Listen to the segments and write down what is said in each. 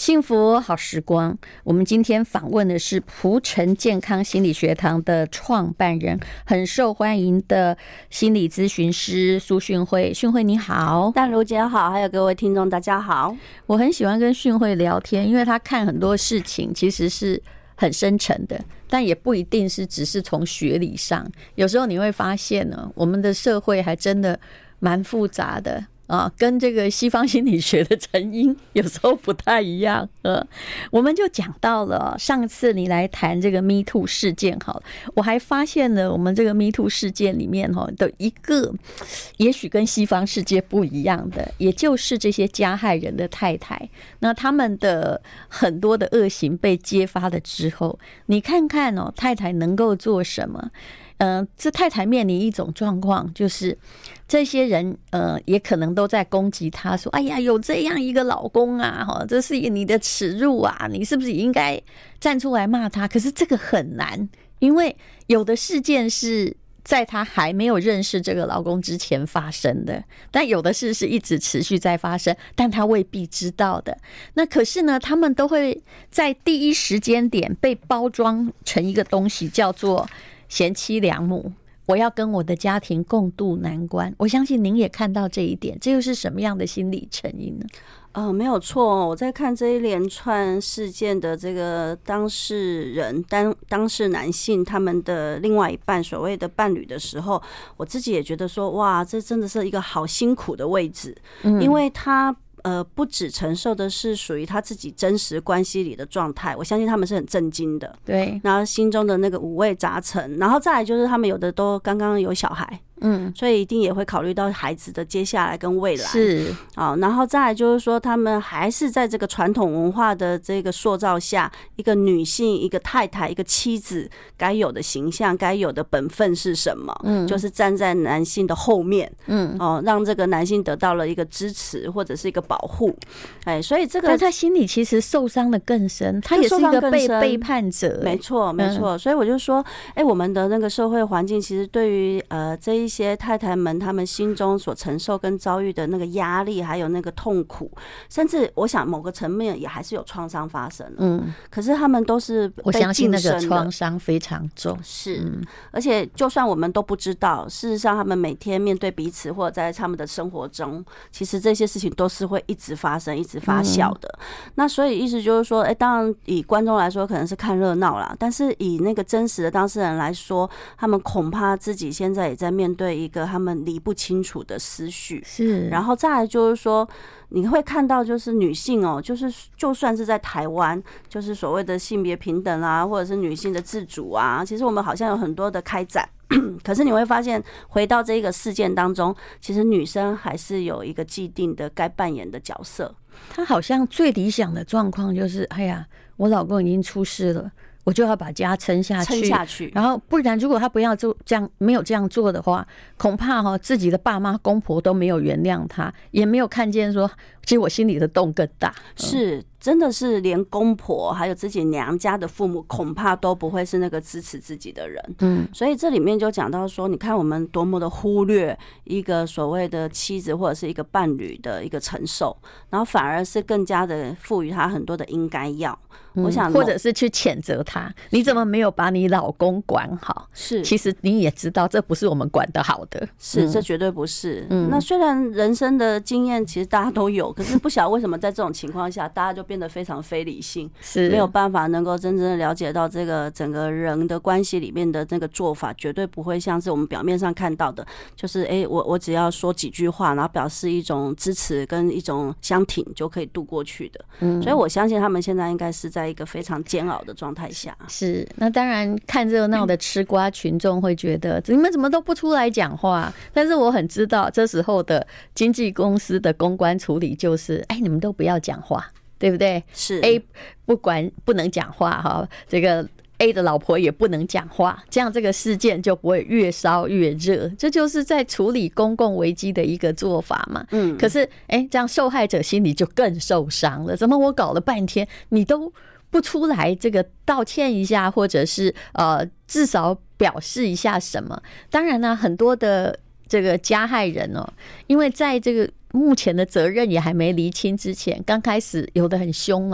幸福好时光，我们今天访问的是蒲城健康心理学堂的创办人，很受欢迎的心理咨询师苏训慧。训慧你好。 淡如姐好，还有各位听众大家好。 我很喜欢跟训慧聊天，因为他看很多事情其实是很深沉的，但也不一定是只是从学理上，有时候你会发现呢，我们的社会还真的蛮复杂的啊，跟这个西方心理学的成因有时候不太一样。我们就讲到了上次你来谈这个 Me Too 事件，好了，我还发现了我们这个 Me Too 事件里面的一个也许跟西方世界不一样的，也就是这些加害人的太太，那他们的很多的恶行被揭发了之后，你看看太太能够做什么。这太太面临一种状况，就是这些人也可能都在攻击她，说哎呀有这样一个老公啊，这是你的耻辱啊，你是不是也应该站出来骂他？可是这个很难，因为有的事件是在她还没有认识这个老公之前发生的，但有的事是一直持续在发生，但她未必知道的。那可是呢，他们都会在第一时间点被包装成一个东西，叫做贤妻良母，我要跟我的家庭共度难关。我相信您也看到这一点，这又是什么样的心理成因呢？ 没有错，我在看这一连串事件的这个当事人当事男性他们的另外一半所谓的伴侣的时候，我自己也觉得说，哇，这真的是一个好辛苦的位置，因为他不只承受的是属于他自己真实关系里的状态，我相信他们是很震惊的，对，然后心中的那个五味杂陈，然后再来就是他们有的都刚刚有小孩，所以一定也会考虑到孩子的接下来跟未来，是然后再来就是说，他们还是在这个传统文化的这个塑造下，一个女性、一个太太、一个妻子该有的形象、该有的本分是什么？就是站在男性的后面，让这个男性得到了一个支持或者是一个保护，所以这个， 但他心里其实受伤的更深，他也是一个被背叛者， 没错，没错。所以我就说，我们的那个社会环境，其实对于这一些太太们他们心中所承受跟遭遇的那个压力，还有那个痛苦，甚至我想某个层面也还是有创伤发生了。可是他们都是被我相信那个创伤非常重， 是，而且就算我们都不知道，事实上他们每天面对彼此或者在他们的生活中，其实这些事情都是会一直发生、一直发酵的。那所以意思就是说，当然以观众来说可能是看热闹啦，但是以那个真实的当事人来说，他们恐怕自己现在也在面对一个他们理不清楚的思绪。是，然后再来就是说，你会看到就是女性就算是在台湾，就是所谓的性别平等啊，或者是女性的自主啊，其实我们好像有很多的开展。可是你会发现，回到这个事件当中，其实女生还是有一个既定的该扮演的角色。 她好像最理想的状况就是，哎呀，我老公已经出事了，我就要把家撑下去，然后不然如果他不要做这样，没有这样做的话，恐怕自己的爸妈公婆都没有原谅他，也没有看见说，其实我心里的洞更大。 是，真的是连公婆还有自己娘家的父母，恐怕都不会是那个支持自己的人。所以这里面就讲到说，你看我们多么的忽略一个所谓的妻子或者是一个伴侣的一个承受，然后反而是更加的赋予他很多的应该要。我想， 或者是去谴责他，你怎么没有把你老公管好？是，其实你也知道，这不是我们管得好的， 是，这绝对不是。那虽然人生的经验其实大家都有，可是不晓得为什么在这种情况下，大家就变得非常非理性，是没有办法能够真正的了解到这个整个人的关系里面的那个做法，绝对不会像是我们表面上看到的，就是我只要说几句话，然后表示一种支持跟一种相挺就可以度过去的。所以我相信他们现在应该是在一个非常煎熬的状态下。 是，那当然看热闹的吃瓜群众会觉得你们怎么都不出来讲话，但是我很知道这时候的经纪公司的公关处理就是你们都不要讲话，对不对？是 A 不能讲话这个A 的老婆也不能讲话，这样这个事件就不会越烧越热，这就是在处理公共危机的一个做法嘛。可是这样受害者心里就更受伤了，怎么我搞了半天你都不出来这个道歉一下，或者是至少表示一下什么？当然呢，很多的这个加害人因为在这个目前的责任也还没厘清之前，刚开始有的很凶啊，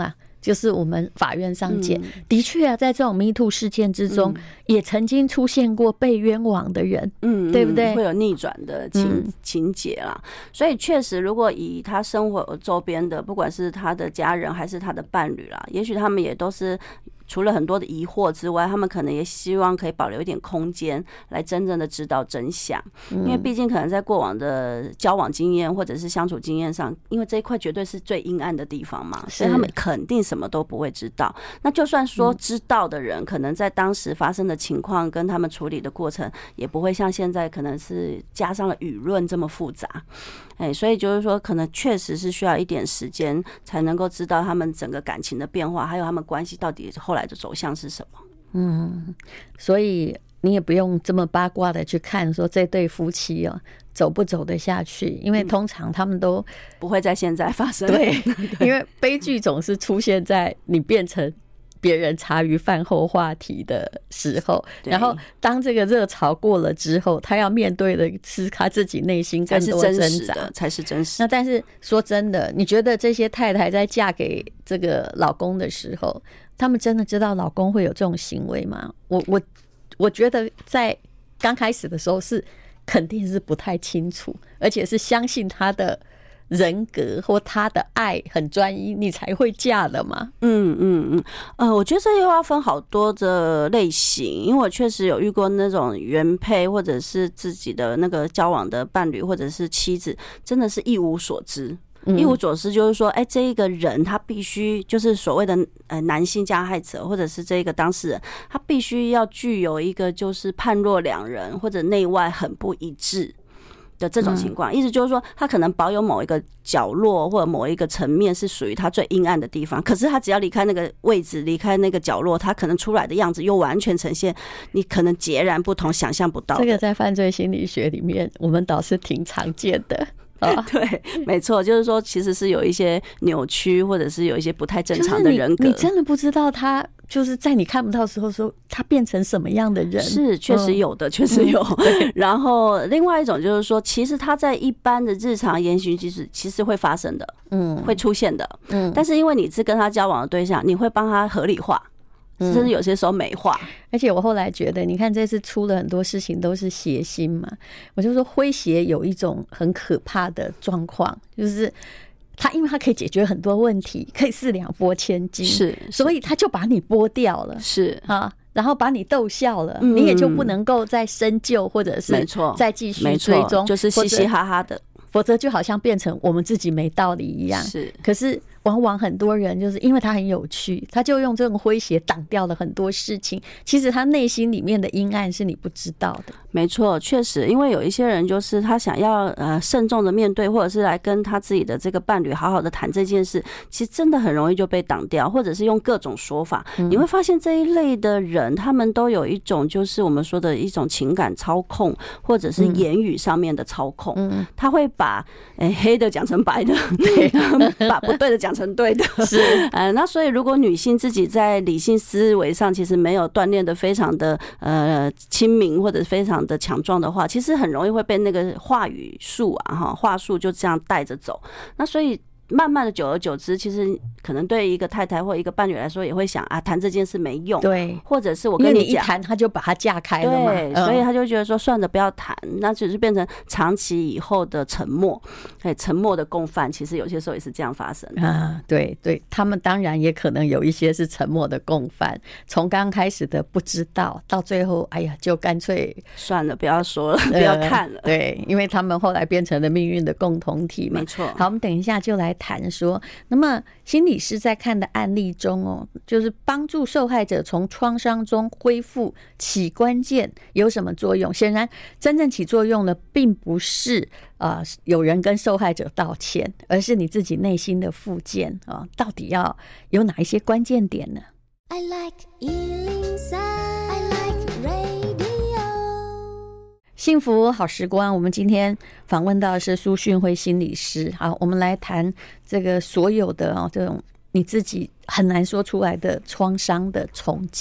就是我们法院上见，的确啊，在这种 Me Too 事件之中，也曾经出现过被冤枉的人，对不对？ 会有逆转的情节啦。所以确实，如果以他生活周边的，不管是他的家人还是他的伴侣啦，也许他们也都是除了很多的疑惑之外，他们可能也希望可以保留一点空间，来真正的知道真相。因为毕竟可能在过往的交往经验或者是相处经验上，因为这一块绝对是最阴暗的地方嘛，所以他们肯定什么都不会知道。那就算说知道的人，可能在当时发生的情况跟他们处理的过程，也不会像现在可能是加上了舆论这么复杂。所以就是说，可能确实是需要一点时间才能够知道他们整个感情的变化，还有他们关系到底后来的走向是什么。 所以你也不用这么八卦的去看说这对夫妻走不走得下去，因为通常他们都不会在现在发生。 对，因为悲剧总是出现在你变成别人茶余饭后话题的时候，然后当这个热潮过了之后，他要面对的是他自己内心更多挣扎， 才是真实。 那但是说真的，你觉得这些太太在嫁给这个老公的时候，他们真的知道老公会有这种行为吗？我觉得在刚开始的时候是肯定是不太清楚，而且是相信他的人格或他的爱很专一，你才会嫁的嘛。 我觉得这又要分好多的类型，因为我确实有遇过那种原配或者是自己的那个交往的伴侣或者是妻子，真的是一无所知。一无所知就是说，这一个人他必须就是所谓的男性加害者或者是这个当事人，他必须要具有一个就是判若两人或者内外很不一致的这种情况。意思就是说，他可能保有某一个角落或者某一个层面是属于他最阴暗的地方，可是他只要离开那个位置，离开那个角落，他可能出来的样子又完全呈现你可能截然不同、想象不到的。 这个在犯罪心理学里面，我们倒是挺常见的。 对，没错，就是说其实是有一些扭曲或者是有一一些不太正常的人格， 你真的不知道他就是在你看不到的时候说他变成什么样的人。 是确实有的，确实有。然后另外一种就是说，其实他在一般的日常言行其实会发生的，会出现的，但是因为你是跟他交往的对象，你会帮他合理化，甚至有些时候美化。 而且我后来觉得，你看这次出了很多事情都是谐星嘛，我就说诙谐有一种很可怕的状况，就是他因为他可以解决很多问题，可以4两拨千斤，所以他就把你拨掉了，然后把你逗笑了，你也就不能够再深究或者是再继续追踪， 就是嘻嘻哈哈的， 否则就好像变成我们自己没道理一样。可是往往很多人就是因为他很有趣，他就用这种诙谐挡掉了很多事情，其实他内心里面的阴暗是你不知道的。 没错，确实，因为有一些人就是他想要慎重的面对，或者是来跟他自己的这个伴侣好好的谈这件事，其实真的很容易就被挡掉，或者是用各种说法。你会发现这一类的人，他们都有一种就是我们说的一种情感操控，或者是言语上面的操控。他会把黑的讲成白的，把不对的讲成对的。那所以如果女性自己在理性思维上其实没有锻炼的非常的亲民或者非常的强壮的话，其实很容易会被那个话语术话术就这样带着走。那所以慢慢的久而久之，其实可能对一个太太或一个伴侣来说也会想谈这件事没用， 对， 或者是我跟你讲， 因为你一谈他就把他架开了嘛， 对，所以他就觉得说算了不要谈，那只是变成长期以后的沉默，沉默的共犯，其实有些时候也是这样发生的。 对对，他们当然也可能有一些是沉默的共犯，从刚开始的不知道到最后哎呀就干脆算了不要说了，不要看了， 对，因为他们后来变成了命运的共同体嘛。 没错。 好，我们等一下就来谈说，那么心理师在看的案例中就是帮助受害者从创伤中恢复起关键有什么作用？显然真正起作用的并不是有人跟受害者道歉，而是你自己内心的复健到底要有哪一些关键点呢？ I like 103, I like radio。 幸福好时光，我们今天访问到的是苏训慧心理师。好，我们来谈这个所有的这种你自己很难说出来的创伤的重建。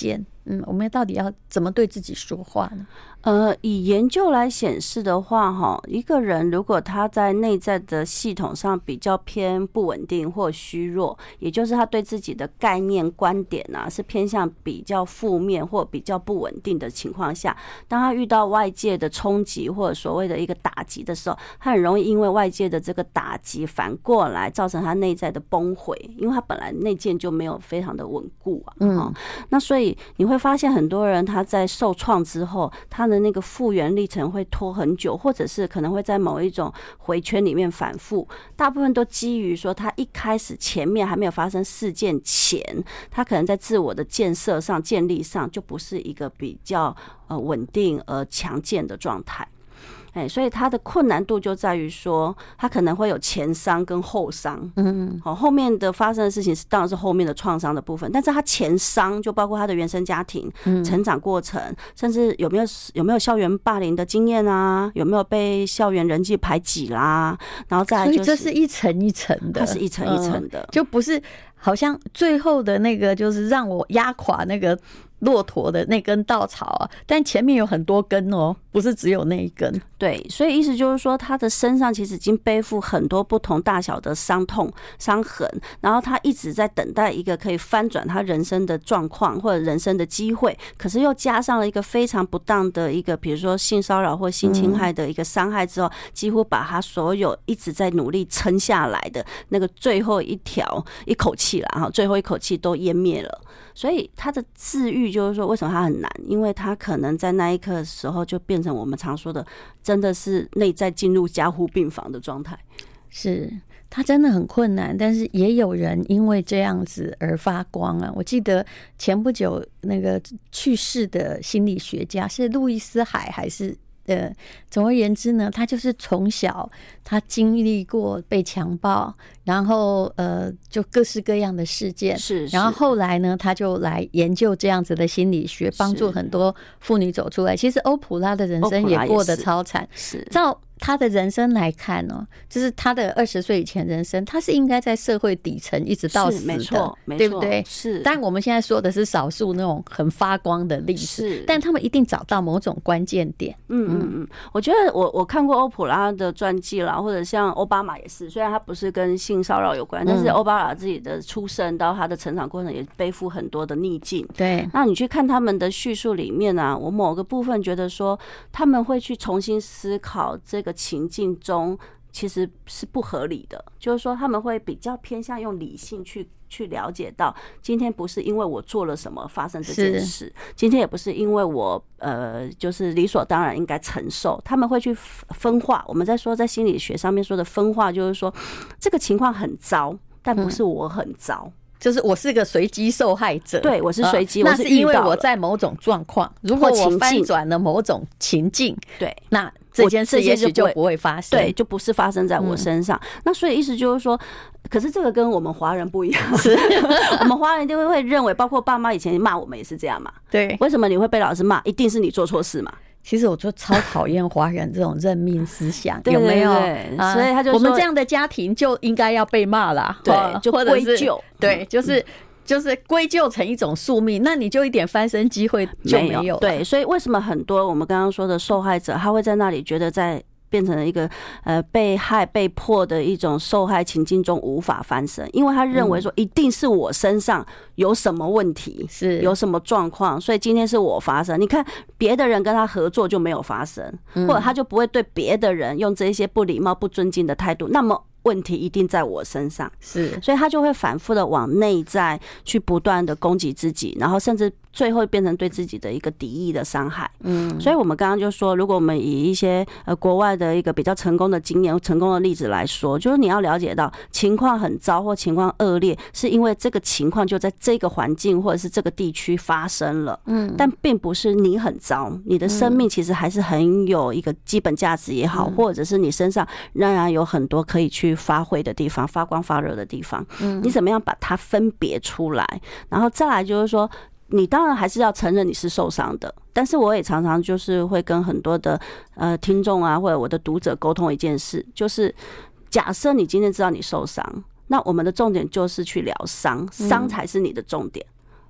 我们到底要怎么对自己说话呢？ 以研究来显示的话，一个人如果他在内在的系统上比较偏不稳定或虚弱，也就是他对自己的概念观点啊是偏向比较负面或比较不稳定的情况下，当他遇到外界的冲击或者所谓的一个打击的时候，他很容易因为外界的这个打击反过来造成他内在的崩溃，因为他本来内建就没有非常的稳固啊。那所以你会发现很多人他在受创之后，他的那个复原历程会拖很久，或者是可能会在某一种回圈里面反复，大部分都基于说他一开始前面还没有发生事件前，他可能在自我的建设上建立上就不是一个比较稳定而强健的状态。所以他的困难度就在于说，他可能会有前伤跟后伤。后面的发生的事情是当然是后面的创伤的部分，但是他前伤就包括他的原生家庭、成长过程，甚至有没有校园霸凌的经验啊，有没有被校园人际排挤啦，然后再来就是， 所以这是一层一层的， 它是一层一层的， 就不是好像最后的那个就是让我压垮那个骆驼的那根稻草啊，但前面有很多根哦，不是只有那一根。 对，所以意思就是说，他的身上其实已经背负很多不同大小的伤痛、伤痕，然后他一直在等待一个可以翻转他人生的状况或者人生的机会，可是又加上了一个非常不当的一个，比如说性骚扰或性侵害的一个伤害之后，几乎把他所有一直在努力撑下来的那个最后一口气啦，最后一口气都湮灭了。所以他的治愈就是说，为什么他很难？因为他可能在那一刻的时候就变成我们常说的，真的是内在进入加护病房的状态。 是，他真的很困难，但是也有人因为这样子而发光啊！我记得前不久那个去世的心理学家是路易斯海还是？总而言之呢，他就是从小他经历过被强暴，然后就各式各样的事件，然后后来呢，他就来研究这样子的心理学，帮助很多妇女走出来。其实欧普拉的人生也过得超惨，照他的人生来看哦，就是他的20岁以前人生，他是应该在社会底层一直到死的，对不对？ 是。 但我们现在说的是少数那种很发光的例子，但他们一定找到某种关键点。 我觉得我看过欧普拉的传记啦，或者像奥巴马也是，虽然他不是跟性骚扰有关，但是奥巴马自己的出生到他的成长过程也背负很多的逆境。 对， 那你去看他们的叙述里面啊，我某个部分觉得说他们会去重新思考这个情境中其实是不合理的，就是说他们会比较偏向用理性去了解到，今天不是因为我做了什么发生这件事，今天也不是因为我就是理所当然应该承受，他们会去分化。我们在说在心理学上面说的分化，就是说这个情况很糟，但不是我很糟。 就是我是个随机受害者， 对，我是随机， 那是因为我在某种状况，如果我翻转了某种情境， 对， 那这件事也许就不会发生， 对，就不是发生在我身上。那所以意思就是说，可是这个跟我们华人不一样，我们华人一定会认为，包括爸妈以前骂我们也是这样嘛， 对， 为什么你会被老师骂？一定是你做错事嘛。 其实我就超讨厌华人这种认命思想，有没有？ 所以他就说我们这样的家庭就应该要被骂啦， 对，就归咎， 对，就是归咎成一种宿命，那你就一点翻身机会就没有。 对，所以为什么很多我们刚刚说的受害者，他会在那里觉得在变成了一个被害被迫的一种受害情境中无法翻身，因为他认为说一定是我身上有什么问题，是有什么状况，所以今天是我发生。你看别的人跟他合作就没有发生，或者他就不会对别的人用这些不礼貌不尊敬的态度，那么问题一定在我身上， 是， 所以他就会反复的往内在去不断的攻击自己，然后甚至最后变成对自己的一个敌意的伤害。所以我们刚刚就说，如果我们以一些国外的一个比较成功的经验、成功的例子来说，就是你要了解到情况很糟或情况恶劣，是因为这个情况就在这个环境或者是这个地区发生了，但并不是你很糟，你的生命其实还是很有一个基本价值也好，或者是你身上仍然有很多可以去发挥的地方，发光发热的地方，你怎么样把它分别出来？然后再来就是说，你当然还是要承认你是受伤的，但是我也常常就是会跟很多的听众啊，或者我的读者沟通一件事，就是假设你今天知道你受伤，那我们的重点就是去疗伤，伤才是你的重点。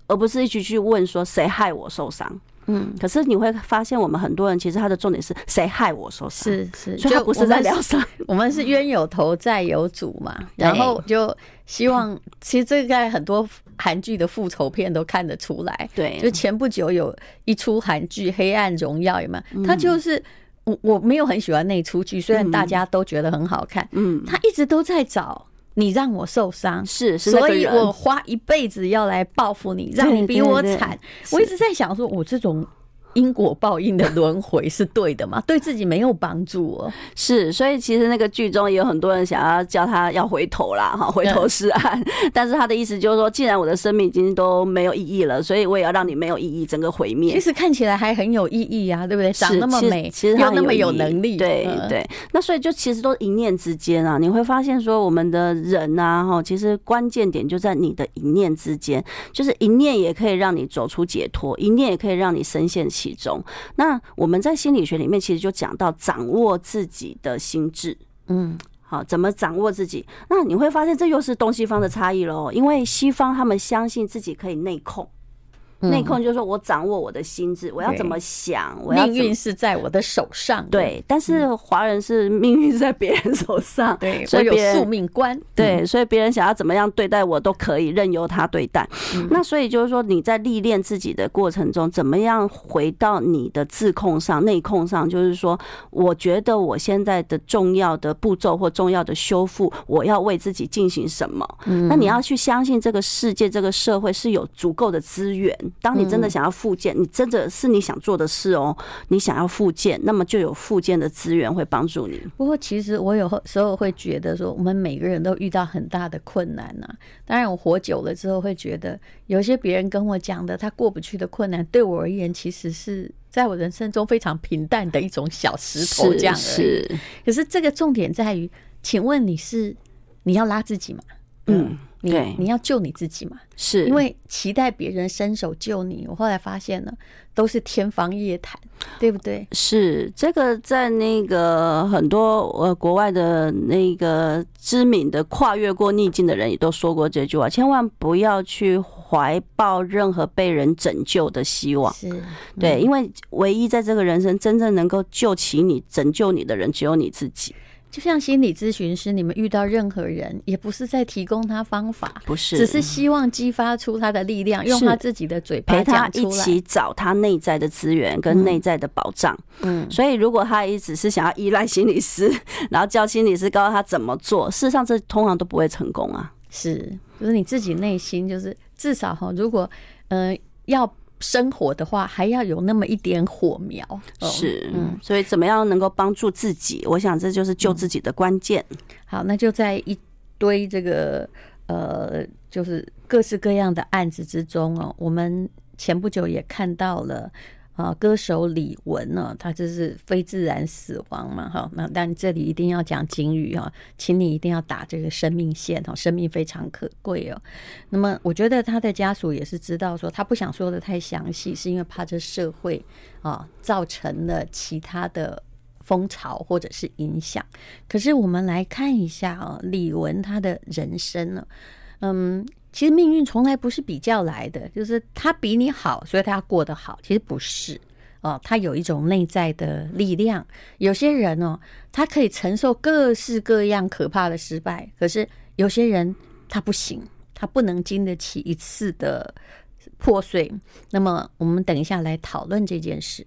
而不是一直去问说谁害我受伤。可是你会发现，我们很多人其实他的重点是谁害我受伤， 是， 所以他不是在疗伤。 我们是冤有头债有主嘛，然后就希望，其实这个在很多韩剧的复仇片都看得出来。 对， 就前不久有一出韩剧《黑暗荣耀》，有没有？它就是我没有很喜欢那出剧，虽然大家都觉得很好看，他一直都在找你让我受伤，所以我花一辈子要来报复你，让你比我惨。我一直在想说，我这种因果报应的轮回是对的吗？对自己没有帮助哦。 是，所以其实那个剧中也有很多人想要叫他要回头啦，回头是岸。但是他的意思就是说，既然我的生命已经都没有意义了，所以我也要让你没有意义，整个毁灭。 其实看起来还很有意义啊，对不对？长那么美， 其实又那么有能力， 对对。那所以就其实都一念之间啊，你会发现说我们的人啊，其实关键点就在你的一念之间，就是一念也可以让你走出解脱，一念也可以让你深陷其中。那我们在心理学里面其实就讲到掌握自己的心智，好，怎么掌握自己？那你会发现这又是东西方的差异咯，因为西方他们相信自己可以内控。内控就是说我掌握我的心智，我要怎么想， 命运是在我的手上。 对，但是华人是命运是在别人手上， 对，所以有宿命观。 对，所以别人想要怎么样对待我都可以任由他对待。那所以就是说你在历练自己的过程中，怎么样回到你的自控上、内控上，就是说，我觉得我现在的重要的步骤或重要的修复，我要为自己进行什么？那你要去相信这个世界、这个社会是有足够的资源。当你真的想要复健，你真的是你想做的事哦，你想要复健，那么就有复健的资源会帮助你。 不过其实我有时候会觉得说，我们每个人都遇到很大的困难啊。当然我活久了之后会觉得，有些别人跟我讲的他过不去的困难，对我而言其实是在我人生中非常平淡的一种小石头这样而已。可是这个重点在于，请问你要拉自己吗？你要救你自己嘛？是因为期待别人伸手救你，我后来发现了都是天方夜谭，对不对？ 是这个在那个很多国外的那个知名的跨越过逆境的人也都说过这句话，千万不要去怀抱任何被人拯救的希望。是对，因为唯一在这个人生真正能够救起你、拯救你的人，只有你自己。 就像心理咨询师，你们遇到任何人，也不是在提供他方法， 不是， 只是希望激发出他的力量，用他自己的嘴巴讲出来， 陪他一起找他内在的资源跟内在的保障。所以如果他一直是想要依赖心理师，然后叫心理师告诉他怎么做，事实上这通常都不会成功啊。 是，就是你自己内心，就是至少如果要生活的话，还要有那么一点火苗。 是，所以怎么样能够帮助自己？我想这就是救自己的关键。 好，那就在一堆这个就是各式各样的案子之中哦，我们前不久也看到了。歌手李玟呢，他就是非自然死亡嘛，哈，那但这里一定要讲警语哈，请你一定要打这个生命线哈，生命非常可贵哦。那么我觉得他的家属也是知道说，他不想说的太详细，是因为怕这社会造成了其他的风潮或者是影响。可是我们来看一下李玟他的人生呢，其实命运从来不是比较来的，就是他比你好，所以他要过得好。其实不是他有一种内在的力量。有些人他可以承受各式各样可怕的失败，可是有些人他不行，他不能经得起一次的破碎。那么我们等一下来讨论这件事。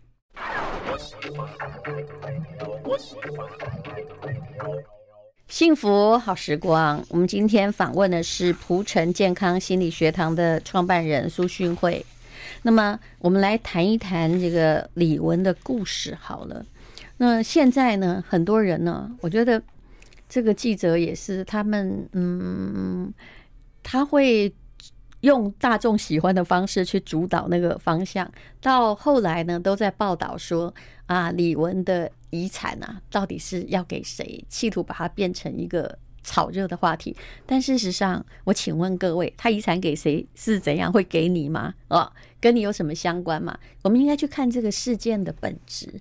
幸福好时光，我们今天访问的是蒲城健康心理学堂的创办人苏训慧。那么我们来谈一谈这个李玟的故事好了。那现在呢，很多人呢，我觉得这个记者也是他们他会用大众喜欢的方式去主导那个方向，到后来呢都在报道说李玟的遗产到底是要给谁，企图把它变成一个炒热的话题。但事实上我请问各位，他遗产给谁是怎样，会给你吗？跟你有什么相关吗？我们应该去看这个事件的本质，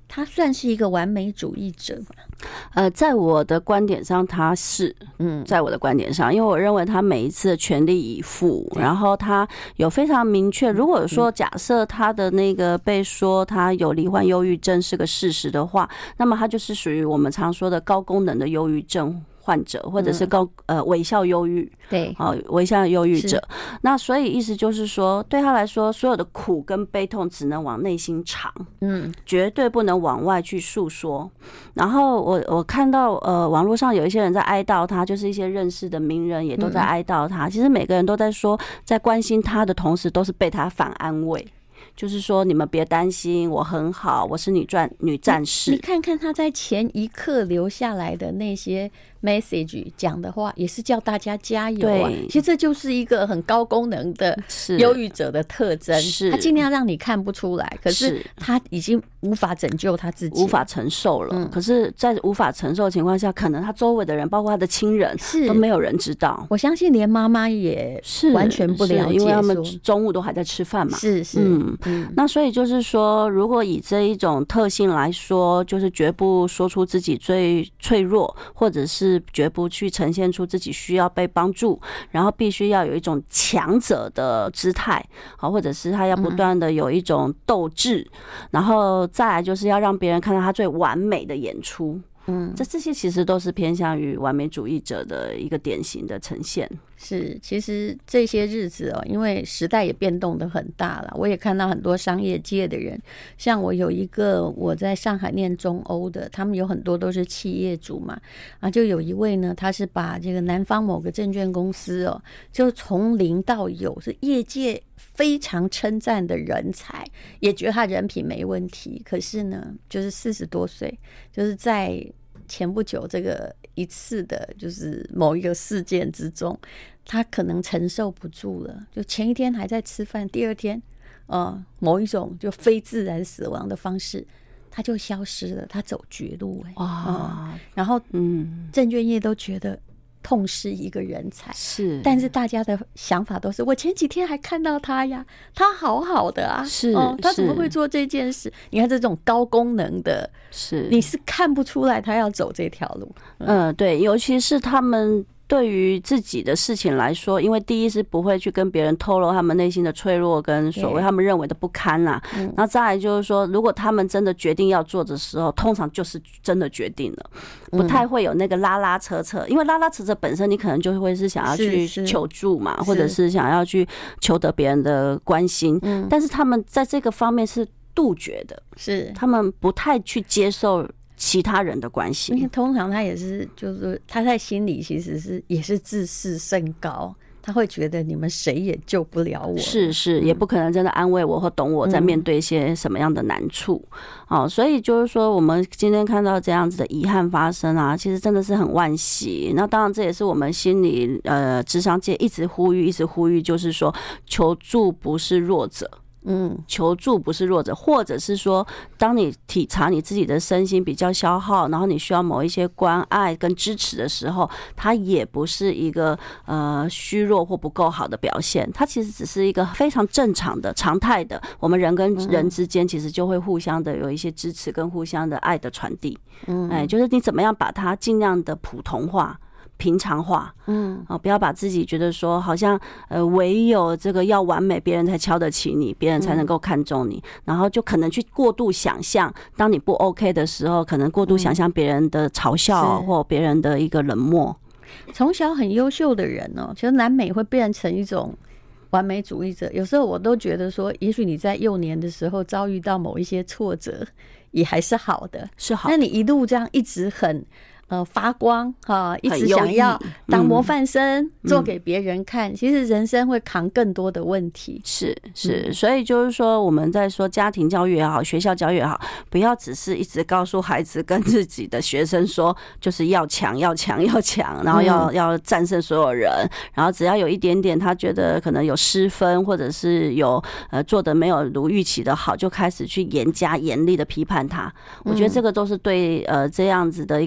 他算是一个完美主义者吗？ 在我的观点上，他是，在我的观点上，因为我认为他每一次的全力以赴，然后他有非常明确。如果说假设他的那个被说他有罹患忧郁症是个事实的话，那么他就是属于我们常说的高功能的忧郁症患者，或者是微笑忧郁， 对， 微笑忧郁者。那所以意思就是说，对他来说，所有的苦跟悲痛只能往内心藏，绝对不能往外去诉说。然后我看到网络上有一些人在哀悼他，就是一些认识的名人也都在哀悼他。其实每个人都在说，在关心他的同时，都是被他反安慰。就是说，你们别担心，我很好，我是女战士。 你看看他在前一刻留下来的那些 message 讲的话，也是叫大家加油啊。其实这就是一个很高功能的忧郁者的特征，他尽量让你看不出来，可是他已经无法拯救他自己， 无法承受了。可是，在无法承受的情况下，可能他周围的人，包括他的亲人，都没有人知道。 我相信连妈妈也完全不了解， 因为他们中午都还在吃饭嘛。那所以就是说，如果以这一种特性来说，就是绝不说出自己最脆弱，或者是绝不去呈现出自己需要被帮助，然后必须要有一种强者的姿态，或者是他要不断的有一种斗志，然后再来就是要让别人看到他最完美的演出。这些其实都是偏向于完美主义者的一个典型的呈现。 是，其实这些日子因为时代也变动得很大了，我也看到很多商业界的人，像我有一个我在上海念中欧的，他们有很多都是企业主嘛，就有一位呢，他是把这个南方某个证券公司就从零到有，是业界非常称赞的人才，也觉得他人品没问题，可是呢，就是40多岁，就是在前不久这个一次的就是某一个事件之中，他可能承受不住了，就前一天还在吃饭，第二天某一种就非自然死亡的方式他就消失了，他走绝路然后证券业都觉得痛失一个人才， 是， 但是大家的想法都是，我前几天还看到他呀，他好好的啊，他怎么会做这件事？你看这种高功能的，你是看不出来他要走这条路。 对，尤其是他们对于自己的事情来说，因为第一是不会去跟别人透露他们内心的脆弱跟所谓他们认为的不堪啦，然后再来就是说，如果他们真的决定要做的时候，通常就是真的决定了，不太会有那个拉拉扯扯，因为拉拉扯扯本身你可能就会是想要去求助嘛，或者是想要去求得别人的关心，但是他们在这个方面是杜绝的，是他们不太去接受其他人的关系，因为通常他也是，就是他在心里其实也是自视甚高，他会觉得你们谁也救不了我， 是也不可能真的安慰我或懂我在面对一些什么样的难处。所以就是说，我们今天看到这样子的遗憾发生啊，其实真的是很惋惜。那当然，这也是我们心理諮商界一直呼吁，就是说求助不是弱者。求助不是弱者，或者是说，当你体察你自己的身心比较消耗，然后你需要某一些关爱跟支持的时候，它也不是一个虚弱或不够好的表现，它其实只是一个非常正常的常态的，我们人跟人之间其实就会互相的有一些支持跟互相的爱的传递。就是你怎么样把它尽量的普通化。平常化，不要把自己觉得说好像唯有这个要完美，别人才瞧得起你，别人才能够看重你，然后就可能去过度想象，当你不 OK 的时候，可能过度想象别人的嘲笑或别人的一个冷漠。 从小很优秀的人其实难免会变成一种完美主义者。有时候我都觉得说，也许你在幼年的时候遭遇到某一些挫折，也还是好的，是好。那你一路这样一直很发光一直想要当模范生，做给别人看，其实人生会扛更多的问题。是， 所以就是说，我们在说家庭教育也好，学校教育也好，不要只是一直告诉孩子跟自己的学生说，就是要强，然后要战胜所有人，然后只要有一点点他觉得可能有失分，或者是有做的没有如预期的好，就开始去严厉的批判他。我觉得这个都是对这样子的一个完美主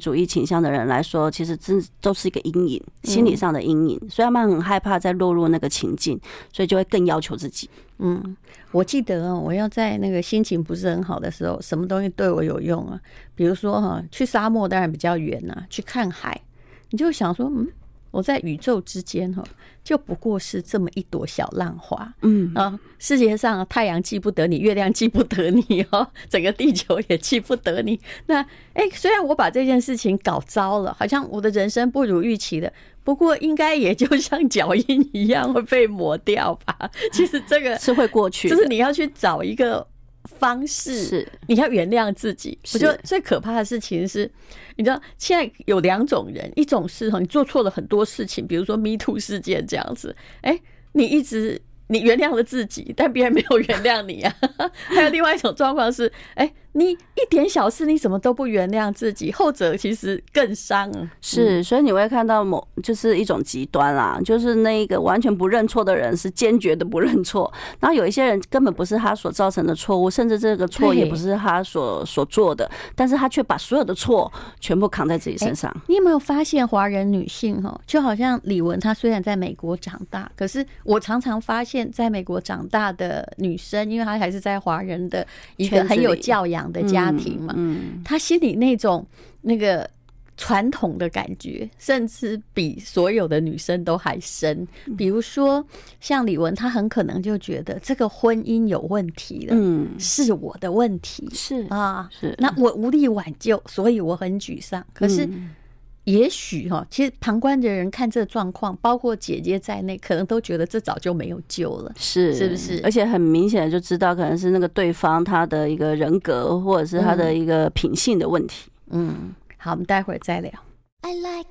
主义倾向的人来说，其实真都是一个阴影，心理上的阴影，所以他们很害怕再落入那个情境，所以就会更要求自己。 我记得我要在那个心情不是很好的时候，什么东西对我有用啊？比如说去沙漠当然比较远啊，去看海，你就想说，我在宇宙之间就不过是这么一朵小浪花。世界上太阳记不得你，月亮记不得你整个地球也记不得你。那虽然我把这件事情搞糟了，好像我的人生不如预期的，不过应该也就像脚印一样会被抹掉吧。其实这个是会过去的， 就是你要去找一个方式， 是你要原谅自己。我觉得最可怕的事情是，你知道现在有2种人，一种是你做错了很多事情，比如说 Me Too 事件这样子，你原谅了自己，但别人没有原谅你啊。还有另外一种状况是，你一点小事你怎么都不原谅自己，后者其实更伤。 是，所以你会看到就是一种极端啦，就是那个完全不认错的人是坚决的不认错，然后有一些人根本不是他所造成的错误，甚至这个错也不是他所做的，但是他却把所有的错全部扛在自己身上。 你有没有发现华人女性就好像李玟，她虽然在美国长大，可是我常常发现在美国长大的女生，因为她还是在华人的一个很有教养的家庭嘛，她心里那个传统的感觉，甚至比所有的女生都还深。比如说像李玟，她很可能就觉得这个婚姻有问题了，是我的问题， 是那我无力挽救，所以我很沮丧。可是也许其实旁观的人看这个状况，包括姐姐在内，可能都觉得这早就没有救了，是不是？ 而且很明显的就知道，可能是那个对方他的一个人格，或者是他的一个品性的问题。 好，我们待会儿再聊。 I like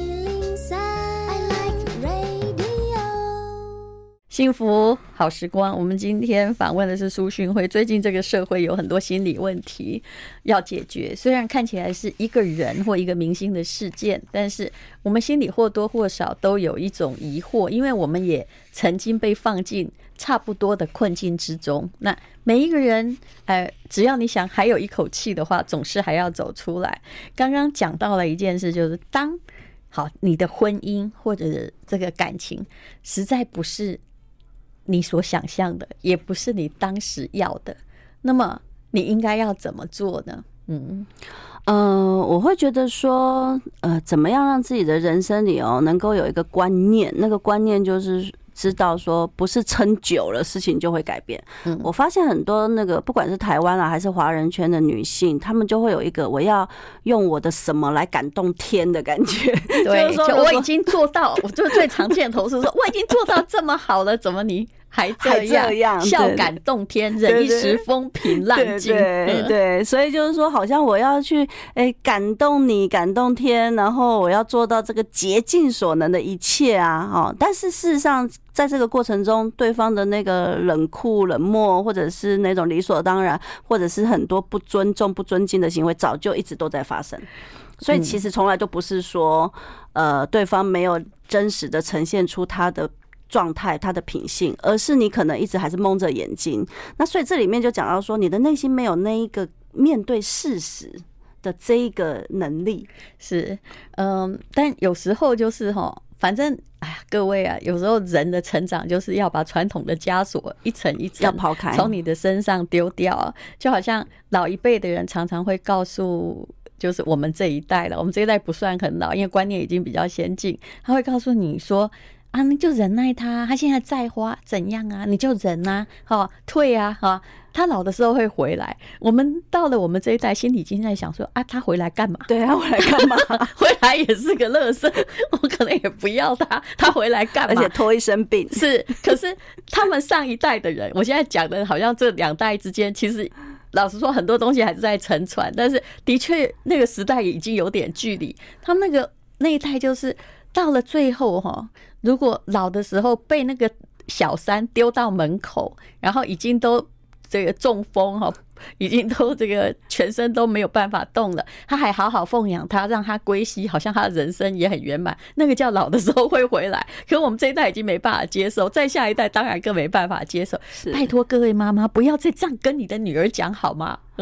103, I like radio。 幸福好时光，我们今天访问的是苏训慧。最近这个社会有很多心理问题要解决，虽然看起来是一个人或一个明星的事件，但是我们心里或多或少都有一种疑惑，因为我们也曾经被放进差不多的困境之中。那每一个人只要你想还有一口气的话，总是还要走出来。刚刚讲到了一件事，就是当你的婚姻或者这个感情实在不是你所想象的，也不是你当时要的，那么你应该要怎么做呢？ 我会觉得说，怎么样让自己的人生里能够有一个观念，那个观念就是知道说，不是撑久了事情就会改变。我发现很多那个不管是台湾还是华人圈的女性，她们就会有一个我要用我的什么来感动天的感觉。 对，就我已经做到，我就最常见的投诉说，我已经做到这么好了，怎么你还这样笑感动天，忍一时风平浪静。 对，所以就是说，好像我要去感动你，感动天，然后我要做到这个竭尽所能的一切啊，但是事实上，在这个过程中，对方的那个冷酷、冷漠，或者是那种理所当然，或者是很多不尊重、不尊敬的行为，早就一直都在发生。所以其实从来都不是说，对方没有真实的呈现出他的状态，他的品性，而是你可能一直还是蒙着眼睛。那所以这里面就讲到说，你的内心没有那一个面对事实的这一个能力。 是，但有时候就是反正各位啊，有时候人的成长就是要把传统的枷锁一层一层要抛开， 从你的身上丢掉啊。就好像老一辈的人常常会告诉，就是我们这一代了，我们这一代不算很老，因为观念已经比较先进，他会告诉你说你就忍耐他现在在花怎样啊，你就忍啊，退啊，他老的时候会回来。我们到了我们这一代，心里已经在想说他回来干嘛？ 对啊，回来干嘛？ 回来也是个垃圾，我可能也不要他回来干嘛？ 而且拖一身病。 是，可是他们上一代的人，我现在讲的好像这2代之间，其实老实说，很多东西还是在沉传，但是的确那个时代已经有点距离。他们那一代就是到了最后如果老的时候被那个小三丢到门口，然后已经都这个中风已经都这个全身都没有办法动了，他还好好奉养他，让他归西，好像他的人生也很圆满，那个叫老的时候会回来。可是我们这一代已经没办法接受，再下一代当然更没办法接受。拜托各位妈妈，不要再这样跟你的女儿讲好吗？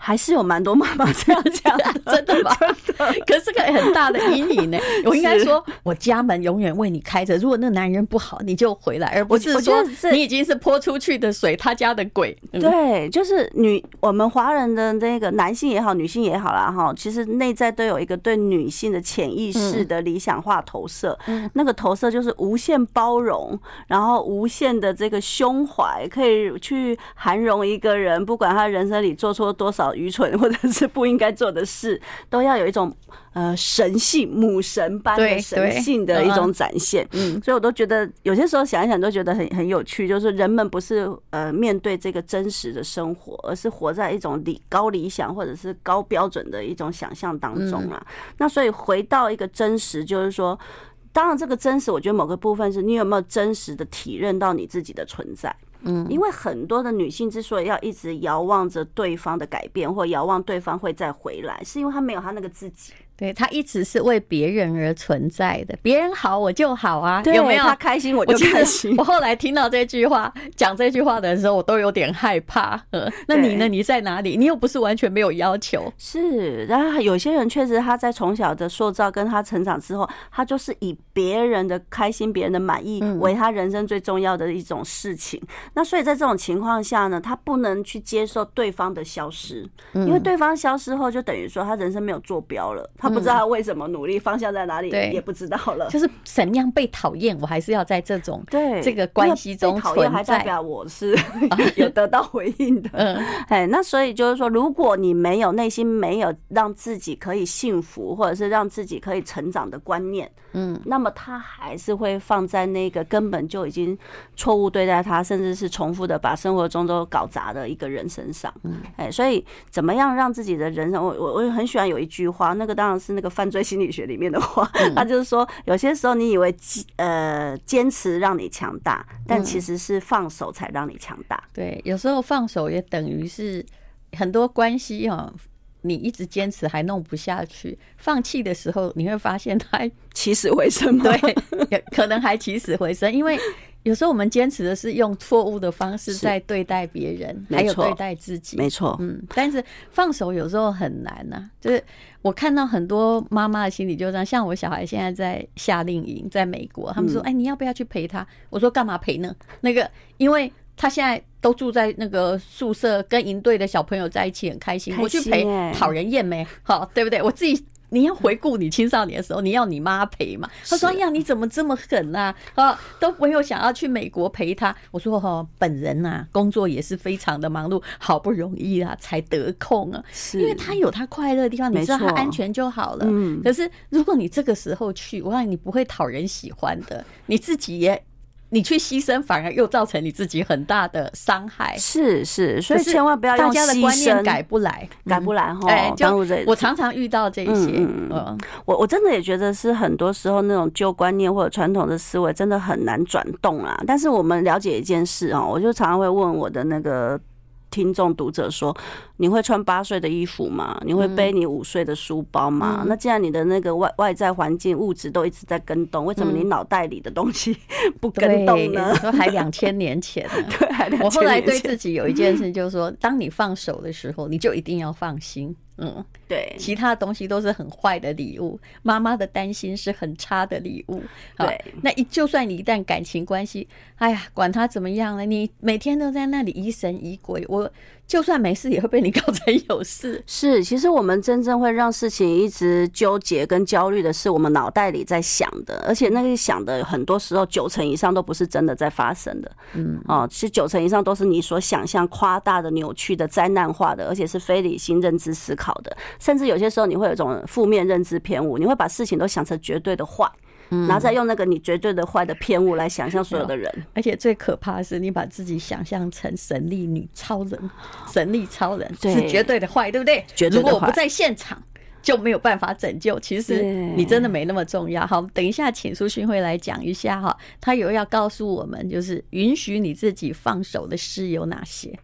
还是有蛮多妈妈这样讲的， 真的吗？可是个很大的阴影呢。我应该说，我家门永远为你开着。如果那个男人不好，你就回来，而不是说你已经是泼出去的水，他家的鬼。 对，就是我们华人的那个男性也好，女性也好啦，哈，其实内在都有一个对女性的潜意识的理想化投射。那个投射就是无限包容，然后无限的这个胸怀，可以去涵容一个人，不管他人生里做出多少愚蠢或者是不应该做的事，都要有一种神性母神般的神性的一种展现。所以我都觉得有些时候想一想都觉得很有趣，就是人们不是面对这个真实的生活，而是活在一种高理想或者是高标准的一种想象当中啊。那所以回到一个真实，就是说，当然这个真实，我觉得某个部分是你有没有真实的体认到你自己的存在。因为很多的女性之所以要一直遥望着对方的改变，或遥望对方会再回来，是因为她没有她那个自己。 对，他一直是为别人而存在的，别人好我就好啊， 对， 有没有？ 他开心我就开心。 我后来听到这句话，讲这句话的时候，我都有点害怕。那你呢？你在哪里？你又不是完全没有要求。 是，然后有些人确实他在从小的塑造跟他成长之后，他就是以别人的开心、别人的满意为他人生最重要的一种事情。那所以在这种情况下呢，他不能去接受对方的消失，因为对方消失后，就等于说他人生没有坐标了。他不知道他为什么努力，方向在哪里也不知道了。 就是怎么样被讨厌，我还是要在这种这个关系中存在。 被讨厌还代表我是有得到回应的。那所以就是说，如果你没有内心没有让自己可以幸福，或者是让自己可以成长的观念，那么他还是会放在那个根本就已经错误对待他，甚至是重复的把生活中都搞砸的一个人身上。所以怎么样让自己的人生，我很喜欢有一句话，那个当然是那个犯罪心理学里面的话，他就是说，有些时候你以为坚持让你强大，但其实是放手才让你强大。 对，有时候放手也等于是很多关系你一直坚持还弄不下去，放弃的时候你会发现它起死回生吗？ 对，可能还起死回生，因为有时候我们坚持的是用错误的方式在对待别人，还有对待自己。 没错， 但是放手有时候很难啊。就是我看到很多妈妈的心理就这样，像我小孩现在在夏令营，在美国，他们说：“哎，你要不要去陪他？”我说：“干嘛陪呢？那个，因为他现在都住在那个宿舍，跟营队的小朋友在一起很开心。我去陪讨人厌没？好，对不对？我自己。”你要回顾你青少年的时候，你要你妈陪嘛？他说：“哎呀，你怎么这么狠啊？都没有想要去美国陪他。”我说：“本人啊，工作也是非常的忙碌，好不容易啊才得空啊。因为他有他快乐的地方，你知道他安全就好了。可是如果你这个时候去，我让你不会讨人喜欢的，你自己也。”你去牺牲，反而又造成你自己很大的伤害。 是，所以千万不要用大家的观念改不来我常常遇到这一些。 我真的也觉得是很多时候那种旧观念或者传统的思维真的很难转动啊。但是我们了解一件事我就常常会问我的那个听众读者说，你会穿8岁的衣服吗？你会背你5岁的书包吗？那既然你的那个外在环境物质都一直在更动，为什么你脑袋里的东西不更动呢？ 还2000年前呢。 对，还2000年前。 我后来对自己有一件事，就是说，当你放手的时候，你就一定要放心。 对， 其他的东西都是很坏的礼物，妈妈的担心是很差的礼物。对，那就算你一旦感情关系，哎呀，管他怎么样了，你每天都在那里疑神疑鬼，我就算没事也会被你搞成有事。 是，其实我们真正会让事情一直纠结跟焦虑的是我们脑袋里在想的，而且那个想的很多时候90%以上都不是真的在发生的。其实90%以上都是你所想象夸大的、扭曲的、灾难化的，而且是非理性认知思考的，甚至有些时候你会有一种负面认知偏误，你会把事情都想成绝对的坏。然后再用那个你绝对的坏的偏误来想象所有的人， 而且最可怕的是你把自己想象成神力女超人，神力超人是绝对的坏，对不对？ 绝对的坏。 如果我不在现场就没有办法拯救，其实你真的没那么重要。好，等一下请苏勋会来讲一下哈，他有要告诉我们，就是允许你自己放手的事有哪些。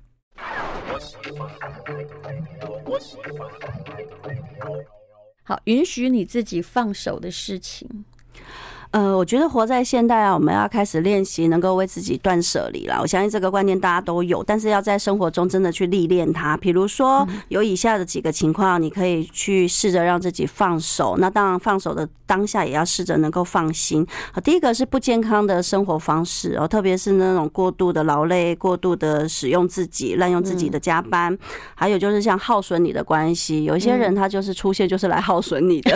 好，允许你自己放手的事情。 我觉得活在现代啊，我们要开始练习能够为自己断舍离啦。我相信这个观念大家都有，但是要在生活中真的去历练它。比如说有以下的几个情况，你可以去试着让自己放手。那当然放手的当下也要试着能够放心。第一个是不健康的生活方式哦，特别是那种过度的劳累、过度的使用自己、滥用自己的加班，还有就是像耗损你的关系。有一些人他就是出现就是来耗损你的，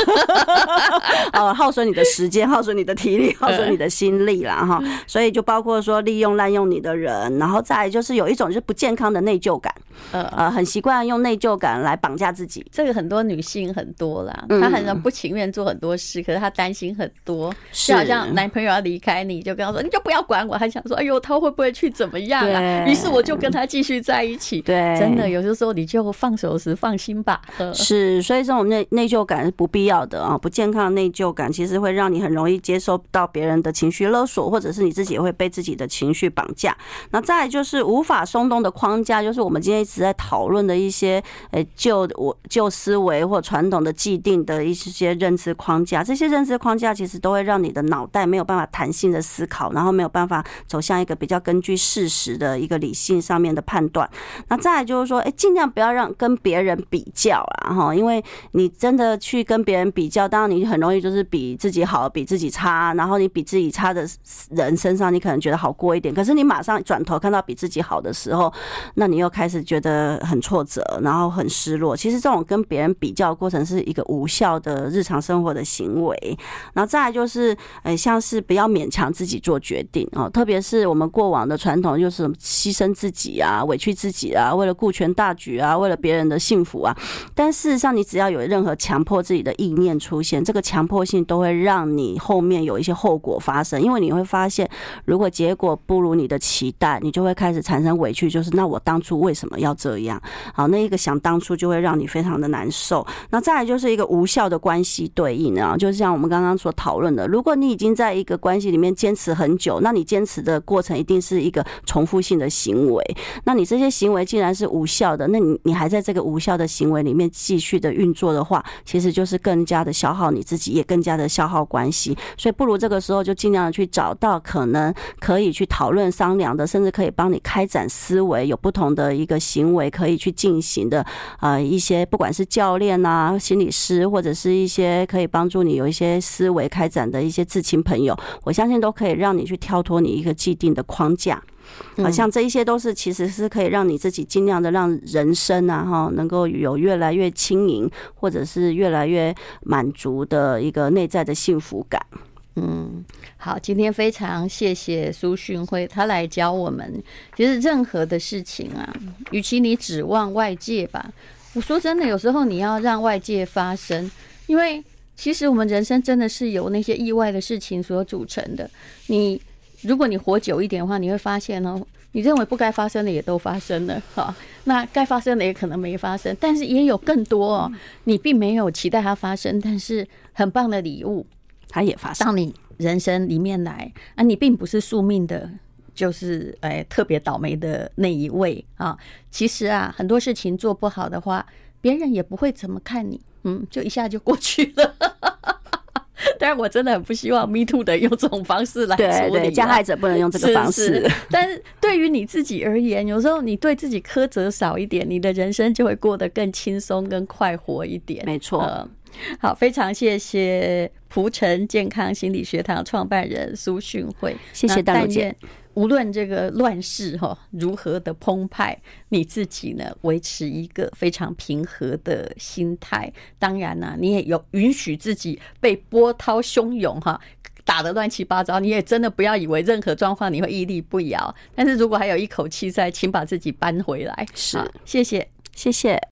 耗损你的时间、耗损你的体力、耗损你的心力啦哈。所以就包括说利用、滥用你的人，然后再来就是有一种就是不健康的内疚感，很习惯用内疚感来绑架自己。 这个很多女性很多啦，她很不情愿做很多事，可是她担心很多，就好像男朋友要离开你，就跟他说你就不要管我，还想说哎呦他会不会去怎么样啊？于是我就跟他继续在一起。 对， 真的有些时候你就放手时放心吧。 是，所以这种内疚感是不必要的啊，不健康的内疚感其实会让你很容易接受到别人的情绪勒索，或者是你自己也会被自己的情绪绑架。那再来就是无法松动的框架，就是我们今天一直在讨论的一些旧思维或传统的既定的一些认知框架。这些认知框架其实都会让你的脑袋没有办法弹性的思考，然后没有办法走向一个比较根据事实的一个理性上面的判断。那再来就是说，尽量不要跟别人比较啦哈，因为你真的去跟别人比较，当然你很容易就是比自己好、比自己差，然后你比自己差的人身上，你可能觉得好过一点，可是你马上转头看到比自己好的时候，那你又开始觉得很挫折，然后很失落。其实这种跟别人比较的过程是一个无效的日常生活的行为。然后再来就是像是不要勉强自己做决定哦，特别是我们过往的传统就是牺牲自己啊、委屈自己啊，为了顾全大局啊，为了别人的幸福啊。但事实上你只要有任何强迫自己的意念出现，这个强迫性都会让你后面有一些后果发生。因为你会发现如果结果不如你的期待，你就会开始产生委屈，就是那我当初为什么要这样。好，那一个想当初就会让你非常的难受。那再来就是一个无效的关系对应啊，就是像我们刚刚所讨论的，如果你已经在一个关系里面坚持很久，那你坚持的过程一定是一个重复性的行为。那你这些行为既然是无效的，那你还在这个无效的行为里面继续的运作的话，其实就是更加的消耗你自己，也更加的消耗关系。所以不如这个时候就尽量的去找到可能可以去讨论商量的，甚至可以帮你开展思维，有不同的一个行为可以去进行的一些不管是教练啊、心理师，或者是一些可以帮助你有一些思维开展的一些至亲朋友，我相信都可以让你去跳脱你一个既定的框架。好像这一些都是其实是可以让你自己尽量的让人生啊能够有越来越轻盈，或者是越来越满足的一个内在的幸福感。 好，今天非常谢谢苏训慧，她来教我们，其实任何的事情啊，与其你指望外界吧，我说真的，有时候你要让外界发生，因为其实我们人生真的是由那些意外的事情所组成的。如果你活久一点的话，你会发现哦，你认为不该发生的也都发生了，那该发生的也可能没发生，但是也有更多你并没有期待它发生，但是很棒的礼物它也发生到你人生里面来啊！你并不是宿命的，就是特别倒霉的那一位啊。其实啊，很多事情做不好的话，别人也不会怎么看你，就一下就过去了。但是我真的很不希望 Me Too 的用这种方式来处理， 对，加害者不能用这个方式。 但是对于你自己而言，有时候你对自己苛责少一点，你的人生就会过得更轻松、更快活一点。 没错。 好，非常谢谢蒲城健康心理学堂创办人苏训慧， 谢谢大姐。 无论这个乱世如何的澎湃，你自己呢维持一个非常平和的心态。当然呢，你也有允许自己被波涛汹涌打得乱七八糟，你也真的不要以为任何状况你会屹立不摇。但是如果还有一口气在，请把自己搬回来。 是， 谢谢， 谢谢。